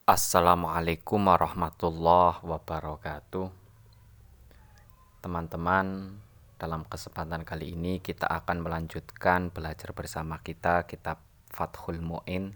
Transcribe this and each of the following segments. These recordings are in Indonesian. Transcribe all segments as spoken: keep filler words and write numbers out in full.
Assalamualaikum warahmatullahi wabarakatuh. Teman-teman, dalam kesempatan kali ini kita akan melanjutkan belajar bersama kita kitab Fathul Mu'in,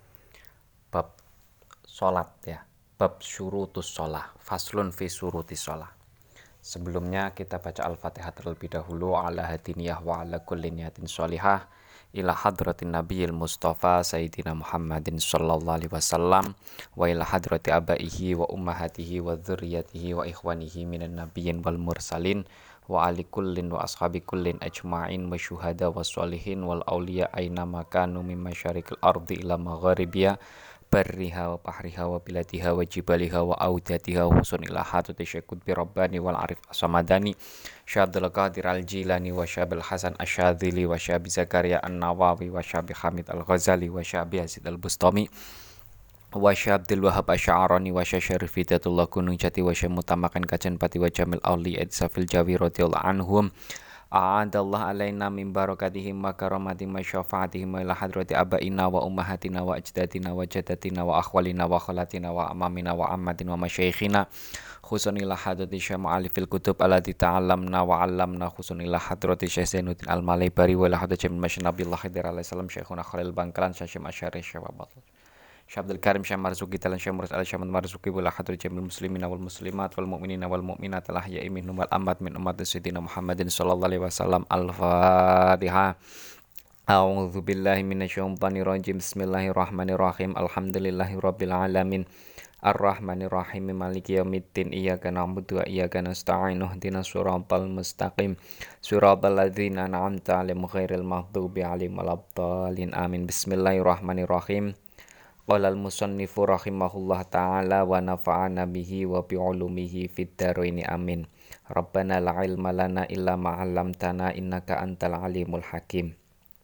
bab sholat ya, bab syurutus sholah, faslun fi syurutis sholah. Sebelumnya kita baca Al-Fatihah terlebih dahulu. Ala hadiniyah wa ala kulli niyatin sholihah ila hadratin nabiyil mustafa sayyidina Muhammadin sallallahu alaihi wasallam wa ila hadrati abaihi wa ummahatihi wa dzurriyyatihi wa ikhwanihi minan nabiyyin wal mursalin wa ali kullin wa ashabi kullin ajma'in wa syuhada wa sholihin wal awliya aina makanu min masyarikil ardi ila magharibiya barriha wa pahriha wa biladiha wa jibaliha wa audatiha wa husun ila hatuti syekut bi rabbani wal arif asamadani syabdul qadir al jilani wa syabil hasan asyadili wa syabi zakaria an-nawawi wa syabi hamid al-ghazali wa syabi yazid al-bustami wa syabdul wahab asy'arani wa syarif fidatullah gunung jati wa syamutamakan kacan pati wa jamil auli edsafil jawi radhiyallahu anhum a'adallah alaina min barakatihim wa karamatihim wa syafaatihim wa ila hadrati abaina wa ummahatina wa ajdadina wa jaddatina wa akhwalina wa khalatina wa amamina wa ammatina wa masyaikhina khusun ila hadrati syama'ali fil kutub alati ta'allamna wa 'allamna khusun ila hadrati Syekh Zainuddin al-Malaybari wa ila hadrati Nabiullah Khidir alaihi salam Syekhuna Khalil Bangkalan Syekh Asy'ari Syababat Syabdul Karim Syekh Marzuki Talan Syekh Murus al-Syamad Marzuki wal hadrati jamil muslimina wal muslimat wal mu'minina wal mu'minat al ahya'i minhum wal amwat min ummatis sayyidina Muhammadin sallallahu alaihi wasallam. Al-Fatihah. A'udzu billahi minasyaitonir rajim. Bismillahirrahmanirrahim. Alhamdulillahirabbil alamin. Ar-Rahmanir Rahim. Maliki yaumiddin. Iyyaka na'budu wa iyyaka nasta'in. Ihdinas siratal mustaqim. Siratal ladzina an'amta 'alaihim ghairil maghdubi 'alaihim waladdallin. Amin. Bismillahirrahmanirrahim. Qala al-musannifu rahimahullah ta'ala wa nafa'ana bihi wa bi'ulumihi fid dharaini amin. Rabbana la ilma lana illa ma 'allamtana innaka antal alimul hakim.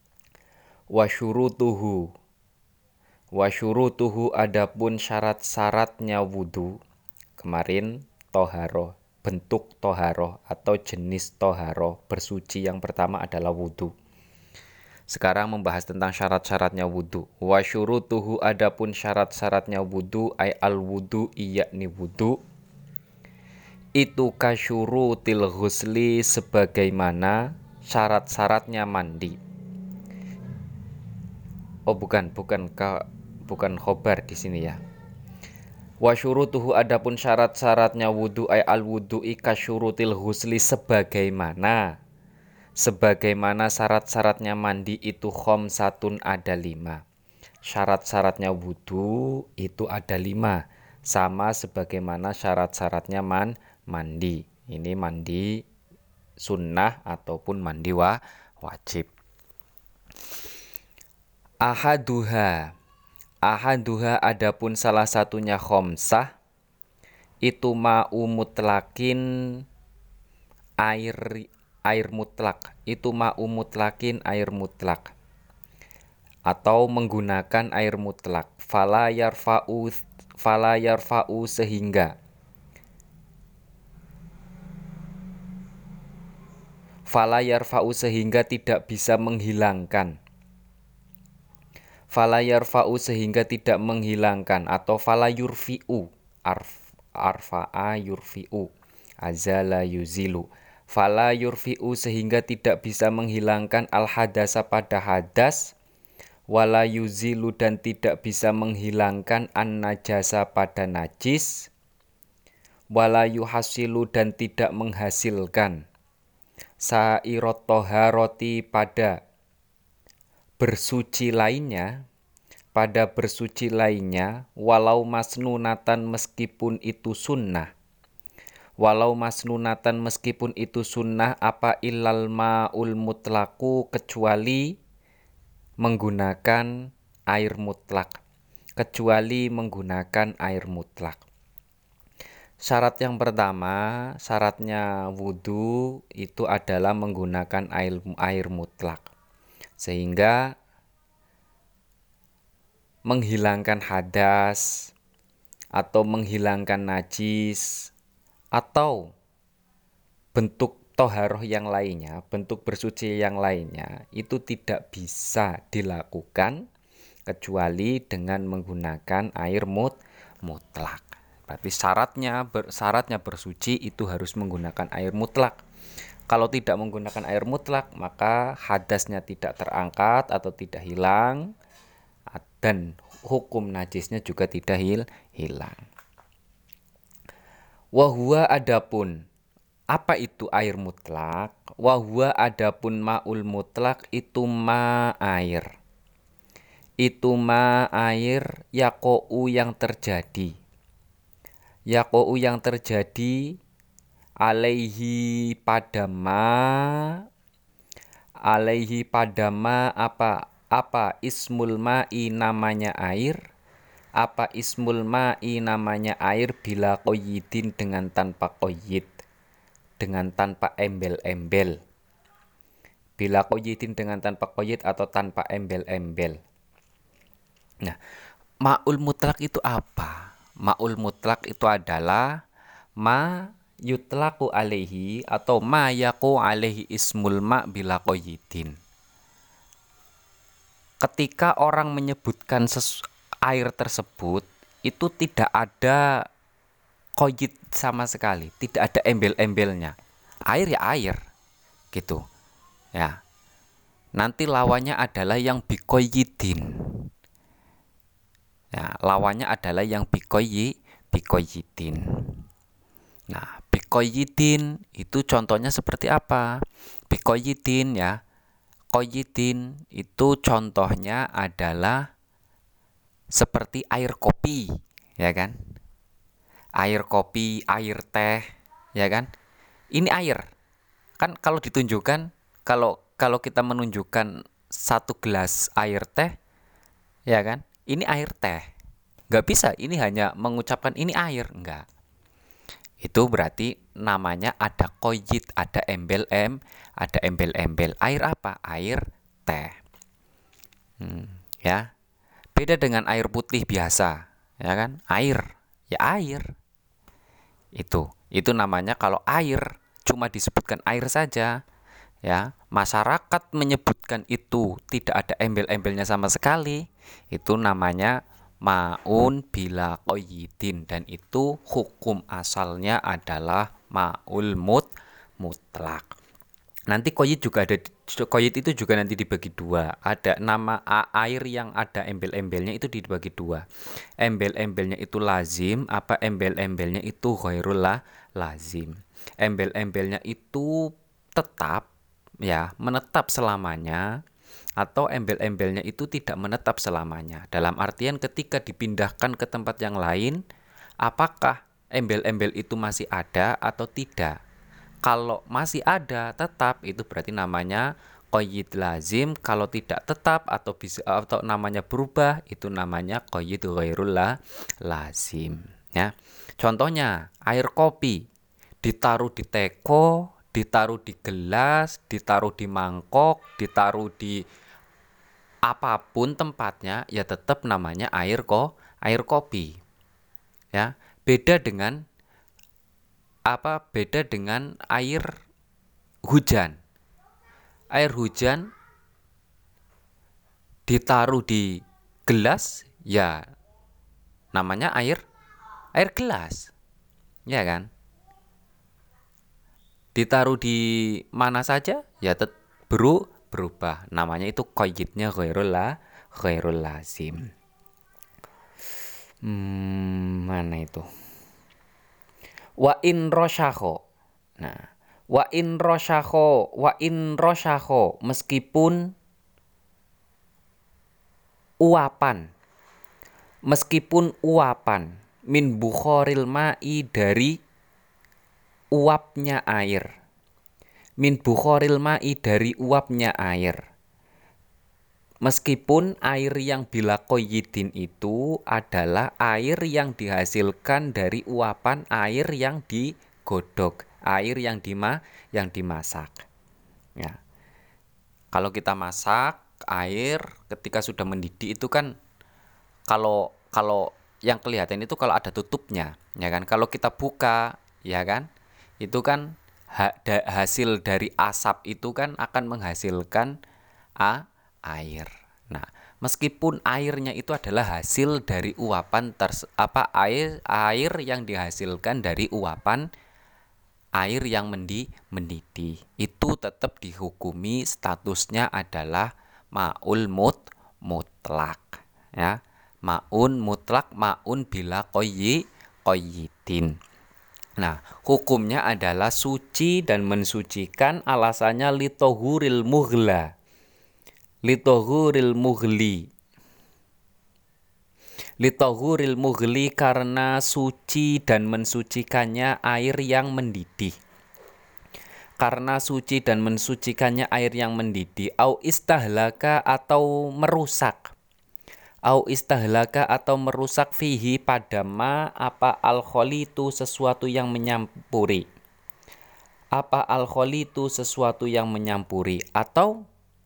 Wa syurutuhu wa syurutuhu adapun syarat-syaratnya wudu. Kemarin toharo, bentuk toharo atau jenis toharo bersuci yang pertama adalah wudu. Sekarang membahas tentang syarat-syaratnya wudu. Wa syurutuhu adapun syarat-syaratnya wudu ay al wudu yakni wudu itu kasyurutil ghusli sebagaimana syarat-syaratnya mandi. Oh bukan, bukan ka, bukan khobar di sini ya. Wa syurutuhu adapun syarat-syaratnya wudu ay al wudu kasyurutil ghusli sebagaimana Sebagaimana syarat-syaratnya mandi itu khamsatun ada lima. Syarat-syaratnya wudu itu ada lima. Sama sebagaimana syarat-syaratnya man, mandi. Ini mandi sunnah ataupun mandi wa, wajib. Ahaduha. Ahaduha adapun salah satunya khamsah. Itu ma'u mutlakin air air mutlak, itu ma'u mutlakin air mutlak atau menggunakan air mutlak. Fala yarfa'u fala yarfa'u sehingga fala yarfa'u sehingga tidak bisa menghilangkan fala yarfa'u sehingga tidak menghilangkan atau fala yurfi'u arf, arfa'a yurfi'u azala yuzilu fala yurfi'u sehingga tidak bisa menghilangkan al-hadasa pada hadas, wala yuzilu dan tidak bisa menghilangkan an-najasa pada najis, wala yuhasilu dan tidak menghasilkan sa'irat toharoti pada bersuci lainnya, pada bersuci lainnya, walau masnunatan meskipun itu sunnah. Walau masnunatan meskipun itu sunnah apa illal ma'ul mutlaku kecuali menggunakan air mutlak. Kecuali menggunakan air mutlak. Syarat yang pertama, syaratnya wudu itu adalah menggunakan air, air mutlak. Sehingga menghilangkan hadas atau menghilangkan najis atau bentuk toharoh yang lainnya, bentuk bersuci yang lainnya itu tidak bisa dilakukan kecuali dengan menggunakan air mut, mutlak. Berarti syaratnya ber, syaratnya bersuci itu harus menggunakan air mutlak. Kalau tidak menggunakan air mutlak, maka hadasnya tidak terangkat atau tidak hilang, dan hukum najisnya juga tidak hil, hilang. Wahwa adapun, apa itu air mutlak? Wahwa adapun ma'ul mutlak itu ma air. Itu ma air yako'u yang terjadi. Yako'u yang terjadi alaihi pada ma, alaihi pada ma apa apa ismul ma'i namanya air, apa ismul ma'i namanya air bila qoyidin dengan tanpa qoyid, dengan tanpa embel-embel. Bila qoyidin dengan tanpa qoyid atau tanpa embel-embel. Nah, ma'ul mutlak itu apa? Ma'ul mutlak itu adalah ma yutlaku alaihi atau ma yaku alaihi ismul ma bila qoyidin. Ketika orang menyebutkan ses- air tersebut itu tidak ada qoyid sama sekali, tidak ada embel-embelnya. Air ya air, gitu. Ya. Nanti lawannya adalah yang bikoyidin. Ya, lawannya adalah yang bikoyi bikoyidin. Nah, bikoyidin itu contohnya seperti apa? Bikoyidin ya, koyidin itu contohnya adalah seperti air kopi, ya kan? Air kopi, air teh, ya kan? Ini air. Kan kalau ditunjukkan, kalau kalau kita menunjukkan satu gelas air teh, ya kan? Ini air teh. Nggak bisa, ini hanya mengucapkan ini air, enggak. Itu berarti namanya ada koyit, ada embel-em, ada embel-embel. Air apa? Air teh. Hmm, ya. Beda dengan air putih biasa, ya kan? Air, ya air. Itu, itu namanya kalau air cuma disebutkan air saja, ya. Masyarakat menyebutkan itu tidak ada embel-embelnya sama sekali. Itu namanya ma'un bila qoyidin, dan itu hukum asalnya adalah ma'ul mut mutlak. Nanti qoyid juga ada, qoyid itu juga nanti dibagi dua. Ada nama air yang ada embel-embelnya itu dibagi dua. Embel-embelnya itu lazim, apa embel-embelnya itu ghairul lazim. Embel-embelnya itu tetap, ya, menetap selamanya, atau embel-embelnya itu tidak menetap selamanya. Dalam artian ketika dipindahkan ke tempat yang lain, apakah embel-embel itu masih ada atau tidak? Kalau masih ada, tetap, itu berarti namanya qoyid lazim. Kalau tidak tetap atau bisa atau namanya berubah, itu namanya qoyid ghairul lazim, ya. Contohnya, air kopi ditaruh di teko, ditaruh di gelas, ditaruh di mangkok, ditaruh di apapun tempatnya, ya tetap namanya air kok, air kopi. Ya, beda dengan apa? Beda dengan air hujan. Air hujan ditaruh di gelas, ya namanya air air gelas. Ya kan? Ditaruh di mana saja, ya tetap beru berubah. Namanya itu qoyidnya ghairul la ghairul lazim. Hmm, mana itu? Wa in rosyakho. Nah, wa in rosyakho, wa in rosyakho, meskipun uapan, meskipun uapan min bukhoril ma'i dari uapnya air, min bukhoril ma'i dari uapnya air. Meskipun air yang bila qoyidin itu adalah air yang dihasilkan dari uapan air yang digodok, air yang dima yang dimasak. Ya. Kalau kita masak air ketika sudah mendidih itu kan, kalau kalau yang kelihatan itu kalau ada tutupnya, ya kan? Kalau kita buka, ya kan? Itu kan ha, da, hasil dari asap itu kan akan menghasilkan a air. Nah, Meskipun airnya itu adalah hasil dari uapan ters, apa air air yang dihasilkan dari uapan air yang mendi, mendidih, itu tetap dihukumi statusnya adalah maul mut mutlak, ya. Maun mutlak, maun bila koyi koyidin. Nah, hukumnya adalah suci dan mensucikan, alasannya litohuril mughla. Litohuril mughli. Litohuril mughli karena suci dan mensucikannya air yang mendidih. Karena suci dan mensucikannya air yang mendidih, au istahlaka atau merusak. Au istahlaka atau merusak fihi pada ma apa al-kholitu sesuatu yang menyampuri. Apa al-kholitu sesuatu yang menyampuri atau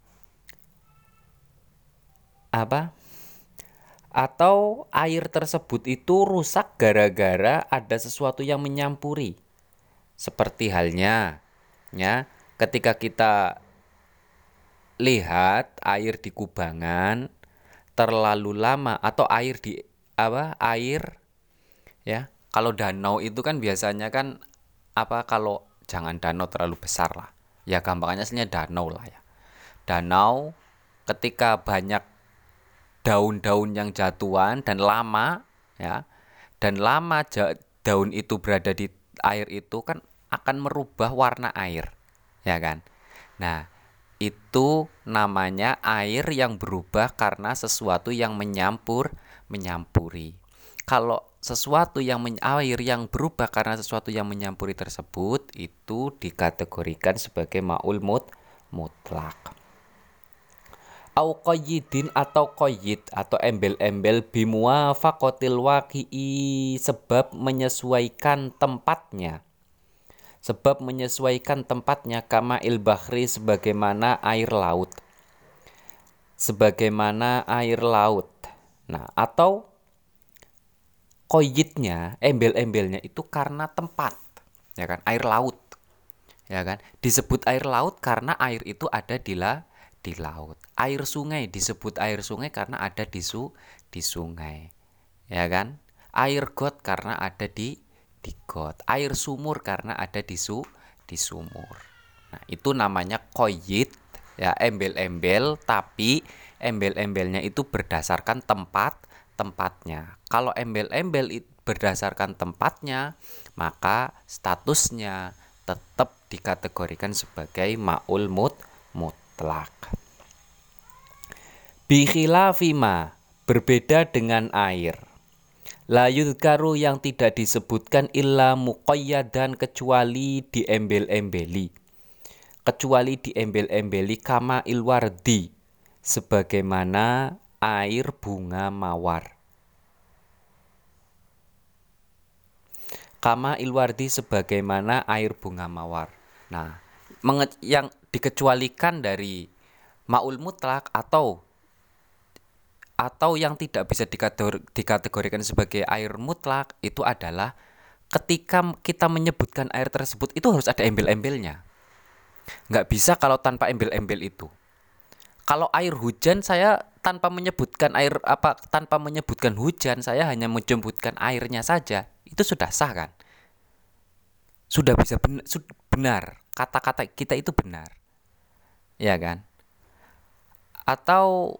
apa? Atau air tersebut itu rusak gara-gara ada sesuatu yang menyampuri. Seperti halnya ya, ketika kita lihat air di kubangan terlalu lama atau air di apa air ya, kalau danau itu kan biasanya kan apa, kalau jangan danau terlalu besar lah ya, gampangnya aslinya danau lah ya. Danau ketika banyak daun-daun yang jatuhan dan lama ya, dan lama daun itu berada di air itu kan akan merubah warna air ya kan. Nah, itu namanya air yang berubah karena sesuatu yang menyampur menyampuri. Kalau sesuatu yang men- air yang berubah karena sesuatu yang menyampuri tersebut itu dikategorikan sebagai maul mut mutlak. Au qayyidin atau qayyid atau embel-embel bimuwafaqatil waqi'i, sebab menyesuaikan tempatnya. Sebab menyesuaikan tempatnya, kama il bahri sebagaimana air laut. Sebagaimana air laut. Nah, atau qayyidnya, embel-embelnya itu karena tempat, ya kan? Air laut. Ya kan? Disebut air laut karena air itu ada di la di laut. Air sungai disebut air sungai karena ada di su di sungai. Ya kan? Air got karena ada di di got. Air sumur karena ada di su di sumur. Nah, itu namanya qayyid ya, embel-embel, tapi embel-embelnya itu berdasarkan tempat tempatnya. Kalau embel-embel berdasarkan tempatnya, maka statusnya tetap dikategorikan sebagai maul mut mutlak. Bi khilafima, berbeda dengan air. La yudhkaru, yang tidak disebutkan illa muqayyadan, kecuali diembel-embeli. Kecuali diembel-embeli kama ilwardi, sebagaimana air bunga mawar. Kama ilwardi, sebagaimana air bunga mawar. Nah, yang dikecualikan dari maul mutlak atau atau yang tidak bisa dikategorikan sebagai air mutlak itu adalah ketika kita menyebutkan air tersebut itu harus ada embel-embelnya. Nggak bisa kalau tanpa embel-embel itu. Kalau air hujan, saya tanpa menyebutkan air apa tanpa menyebutkan hujan, saya hanya menyebutkan airnya saja, itu sudah sah kan? Sudah bisa benar, benar. Kata-kata kita itu benar. Ya kan? Atau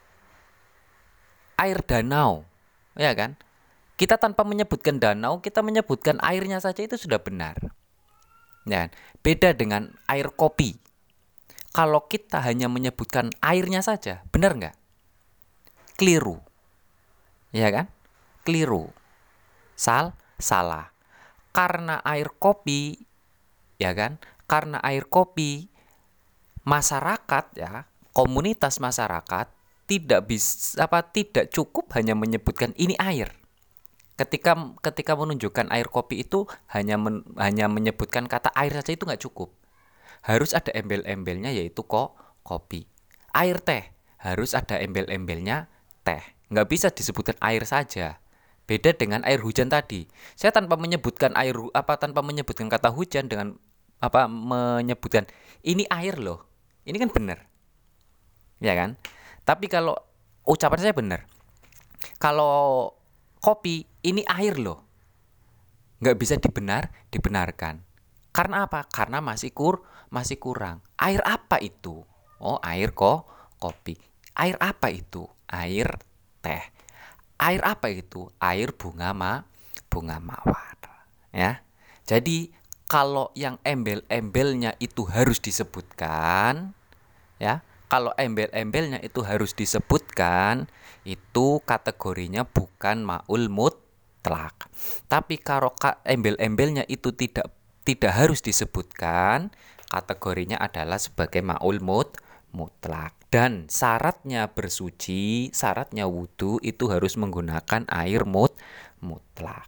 air danau, ya kan? Kita tanpa menyebutkan danau, kita menyebutkan airnya saja itu sudah benar. Ya, beda dengan air kopi. Kalau kita hanya menyebutkan airnya saja, benar nggak? Keliru, ya kan? Keliru, sal, salah. Karena air kopi, ya kan? Karena air kopi, masyarakat ya, komunitas masyarakat tidak bisa apa tidak cukup hanya menyebutkan ini air. Ketika ketika menunjukkan air kopi itu hanya men, hanya menyebutkan kata air saja itu nggak cukup. Harus ada embel-embelnya, yaitu kok kopi. Air teh harus ada embel-embelnya teh. Nggak bisa disebutkan air saja. Beda dengan air hujan tadi. Saya tanpa menyebutkan air apa tanpa menyebutkan kata hujan dengan apa menyebutkan ini air loh. Ini kan benar. Ya kan? Tapi kalau ucapan saya benar. Kalau kopi ini air loh, nggak bisa dibenar dibenarkan. Karena apa? Karena masih kur masih kurang. Air apa itu? Oh, air kok kopi. Air apa itu? Air teh. Air apa itu? Air bunga ma bunga mawar. Ya. Jadi kalau yang embel-embelnya itu harus disebutkan, ya. Kalau embel-embelnya itu harus disebutkan, itu kategorinya bukan maul mutlak. Tapi kalau embel-embelnya itu tidak tidak harus disebutkan, kategorinya adalah sebagai maul mut mutlak. Dan syaratnya bersuci, syaratnya wudhu itu harus menggunakan air mut mutlak.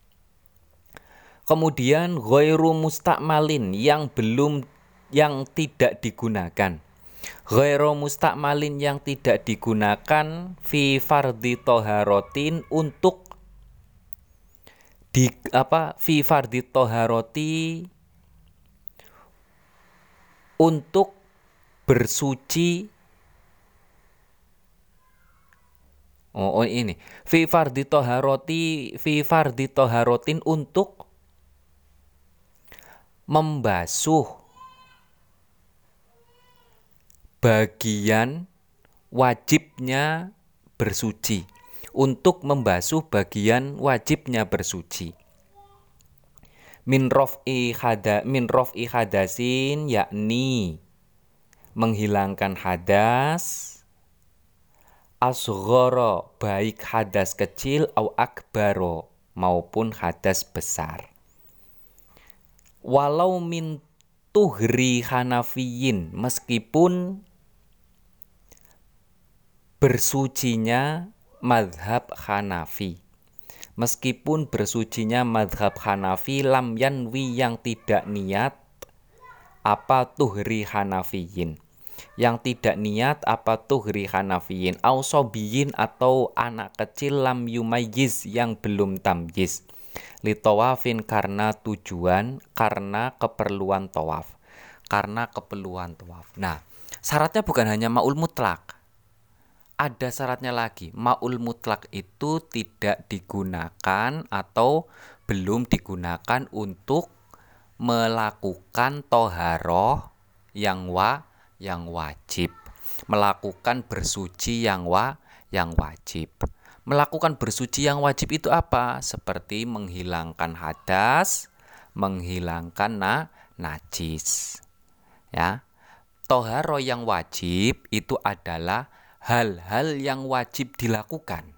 Kemudian ghairu mustakmalin, yang belum yang tidak digunakan. Ghairu mustakmalin, yang tidak digunakan fi fardhi toharotin, untuk di apa fi fardhi toharoti, untuk bersuci. Oh, oh ini fi fardhi toharoti fi fardhi toharotin, untuk membasuh bagian wajibnya bersuci, untuk membasuh bagian wajibnya bersuci. Min rof'i hada min rof'i hadasin, yakni menghilangkan hadas, asghara, baik hadas kecil, au akbaro, maupun hadas besar. Walau min tuhri hanafiyin, meskipun bersucinya madhab Hanafi. Meskipun bersucinya madhab Hanafi, lam yanwi, yang tidak niat apa tuhri Hanafiyin, yang tidak niat apa tuhri Hanafiyin, au sobiyin, atau anak kecil, lam yumayyiz, yang belum tamyiz, li tawafin, karena tujuan, karena keperluan tawaf, karena keperluan tawaf. Nah, syaratnya bukan hanya maul mutlak, ada syaratnya lagi. Maul mutlak itu tidak digunakan atau belum digunakan untuk melakukan toharoh yang wa yang wajib, melakukan bersuci yang wa yang wajib. Melakukan bersuci yang wajib itu apa? Seperti menghilangkan hadas, menghilangkan na najis. Ya. Toharoh yang wajib itu adalah hal-hal yang wajib dilakukan,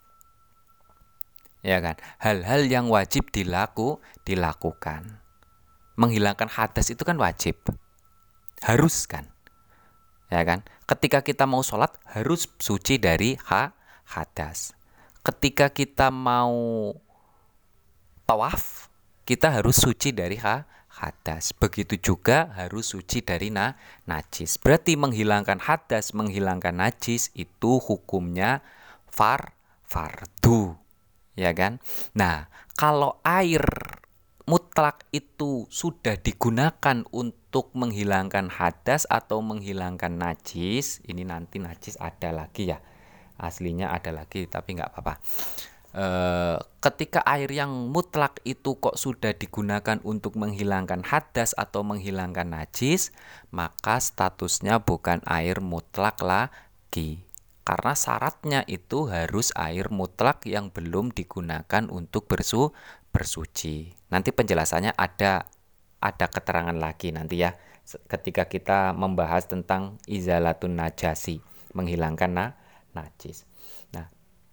ya kan? Hal-hal yang wajib dilaku dilakukan. Menghilangkan hadas itu kan wajib, harus kan, ya kan? Ketika kita mau sholat harus suci dari ha hadas. Ketika kita mau tawaf kita harus suci dari ha hadas. Begitu juga harus suci dari na najis. Berarti menghilangkan hadas, menghilangkan najis itu hukumnya far fardu, ya kan? Nah, kalau air mutlak itu sudah digunakan untuk menghilangkan hadas atau menghilangkan najis, ini nanti najis ada lagi ya. Aslinya ada lagi tapi nggak apa-apa. E, ketika air yang mutlak itu kok sudah digunakan untuk menghilangkan hadas atau menghilangkan najis, maka statusnya bukan air mutlak lagi, karena syaratnya itu harus air mutlak yang belum digunakan untuk bersu bersuci. Nanti penjelasannya ada ada keterangan lagi nanti ya, ketika kita membahas tentang izalatun najasi, menghilangkan na najis. Nah,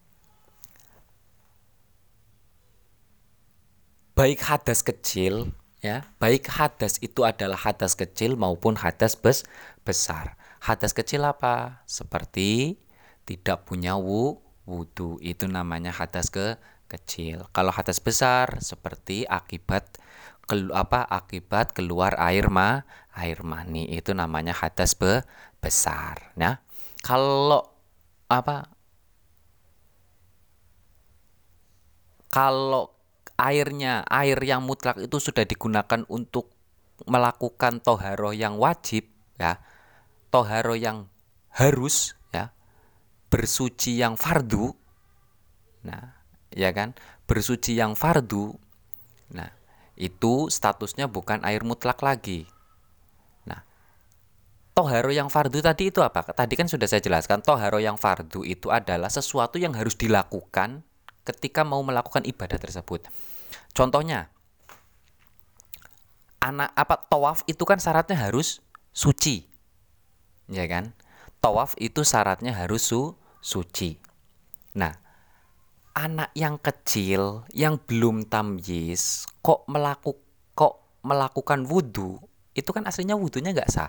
baik hadas kecil, ya, baik hadas itu adalah hadas kecil maupun hadas bes besar. Hadas kecil apa? Seperti tidak punya wu wudu, itu namanya hadas ke kecil. Kalau hadas besar seperti akibat kelu, apa akibat keluar air ma air mani, itu namanya hadas be besar. Nah, kalau apa? Kalau airnya, air yang mutlak itu sudah digunakan untuk melakukan toharoh yang wajib, ya, toharoh yang harus, ya, bersuci yang fardu, nah, ya kan, bersuci yang fardu, nah, itu statusnya bukan air mutlak lagi. Nah, toharo yang fardu tadi itu apa? Tadi kan sudah saya jelaskan, toharo yang fardu itu adalah sesuatu yang harus dilakukan ketika mau melakukan ibadah tersebut. Contohnya, anak apa tawaf itu kan syaratnya harus suci, ya kan? Tawaf itu syaratnya harus su suci. Nah, anak yang kecil yang belum tamyiz kok melaku kok melakukan wudhu, itu kan aslinya wudhunya nggak sah,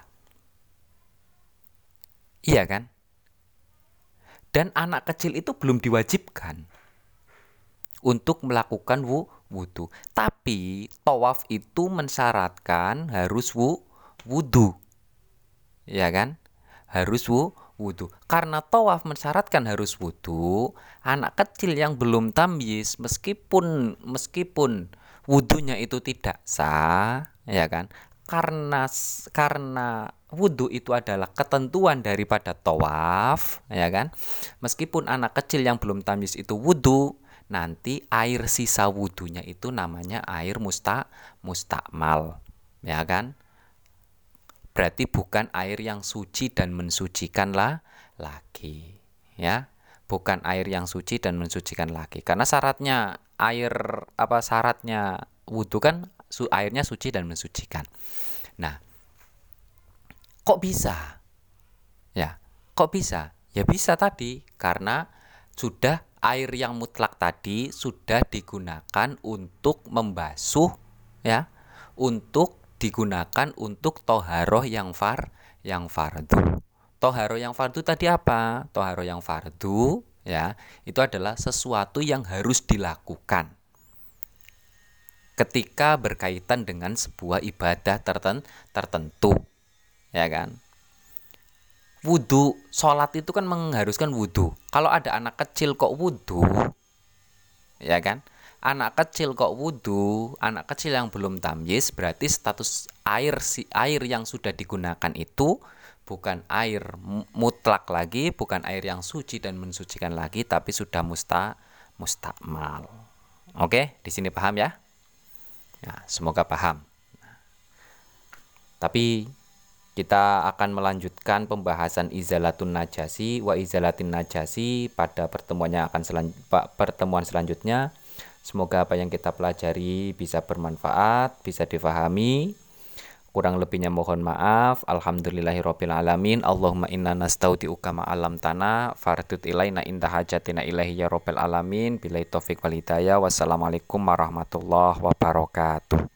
iya kan? Dan anak kecil itu belum diwajibkan untuk melakukan wu wudhu, tapi tawaf itu mensyaratkan harus wu wudhu, ya kan? Harus wu wudhu. Karena tawaf mensyaratkan harus wudhu, anak kecil yang belum tamyiz meskipun meskipun wudhunya itu tidak sah, ya kan? Karena karena wudhu itu adalah ketentuan daripada tawaf, ya kan? Meskipun anak kecil yang belum tamyiz itu wudhu, nanti air sisa wudhunya itu namanya air musta mustakmal, ya kan? Berarti bukan air yang suci dan mensucikan lah lagi, ya, bukan air yang suci dan mensucikan lagi. Karena syaratnya air apa syaratnya wudhu kan su, airnya suci dan mensucikan. Nah, kok bisa? Ya, kok bisa? Ya bisa tadi karena sudah air yang mutlak tadi sudah digunakan untuk membasuh, ya, untuk digunakan untuk toharoh yang far yang fardu. Toharoh yang fardu tadi apa? Toharoh yang fardu, ya, itu adalah sesuatu yang harus dilakukan ketika berkaitan dengan sebuah ibadah tertentu, ya kan? Wudhu, sholat itu kan mengharuskan wudhu. Kalau ada anak kecil kok wudhu, ya kan? Anak kecil kok wudhu, anak kecil yang belum tamyiz, berarti status air si air yang sudah digunakan itu bukan air mutlak lagi, bukan air yang suci dan mensucikan lagi, tapi sudah musta mustakmal. Oke, di sini paham ya? Ya, semoga paham. Nah, tapi kita akan melanjutkan pembahasan izalatun najasi wa izalatin najasi pada pertemuannya akan selan pertemuan selanjutnya. Semoga apa yang kita pelajari bisa bermanfaat, bisa difahami. Kurang lebihnya mohon maaf. Alhamdulillahirabbil alamin. Allahumma inna nastaudiuka ma 'allamtana fardud ilaina inda hajatina ilaihi ya rabbal alamin. Billahi taufik wal hidayah. Wassalamualaikum warahmatullahi wabarakatuh.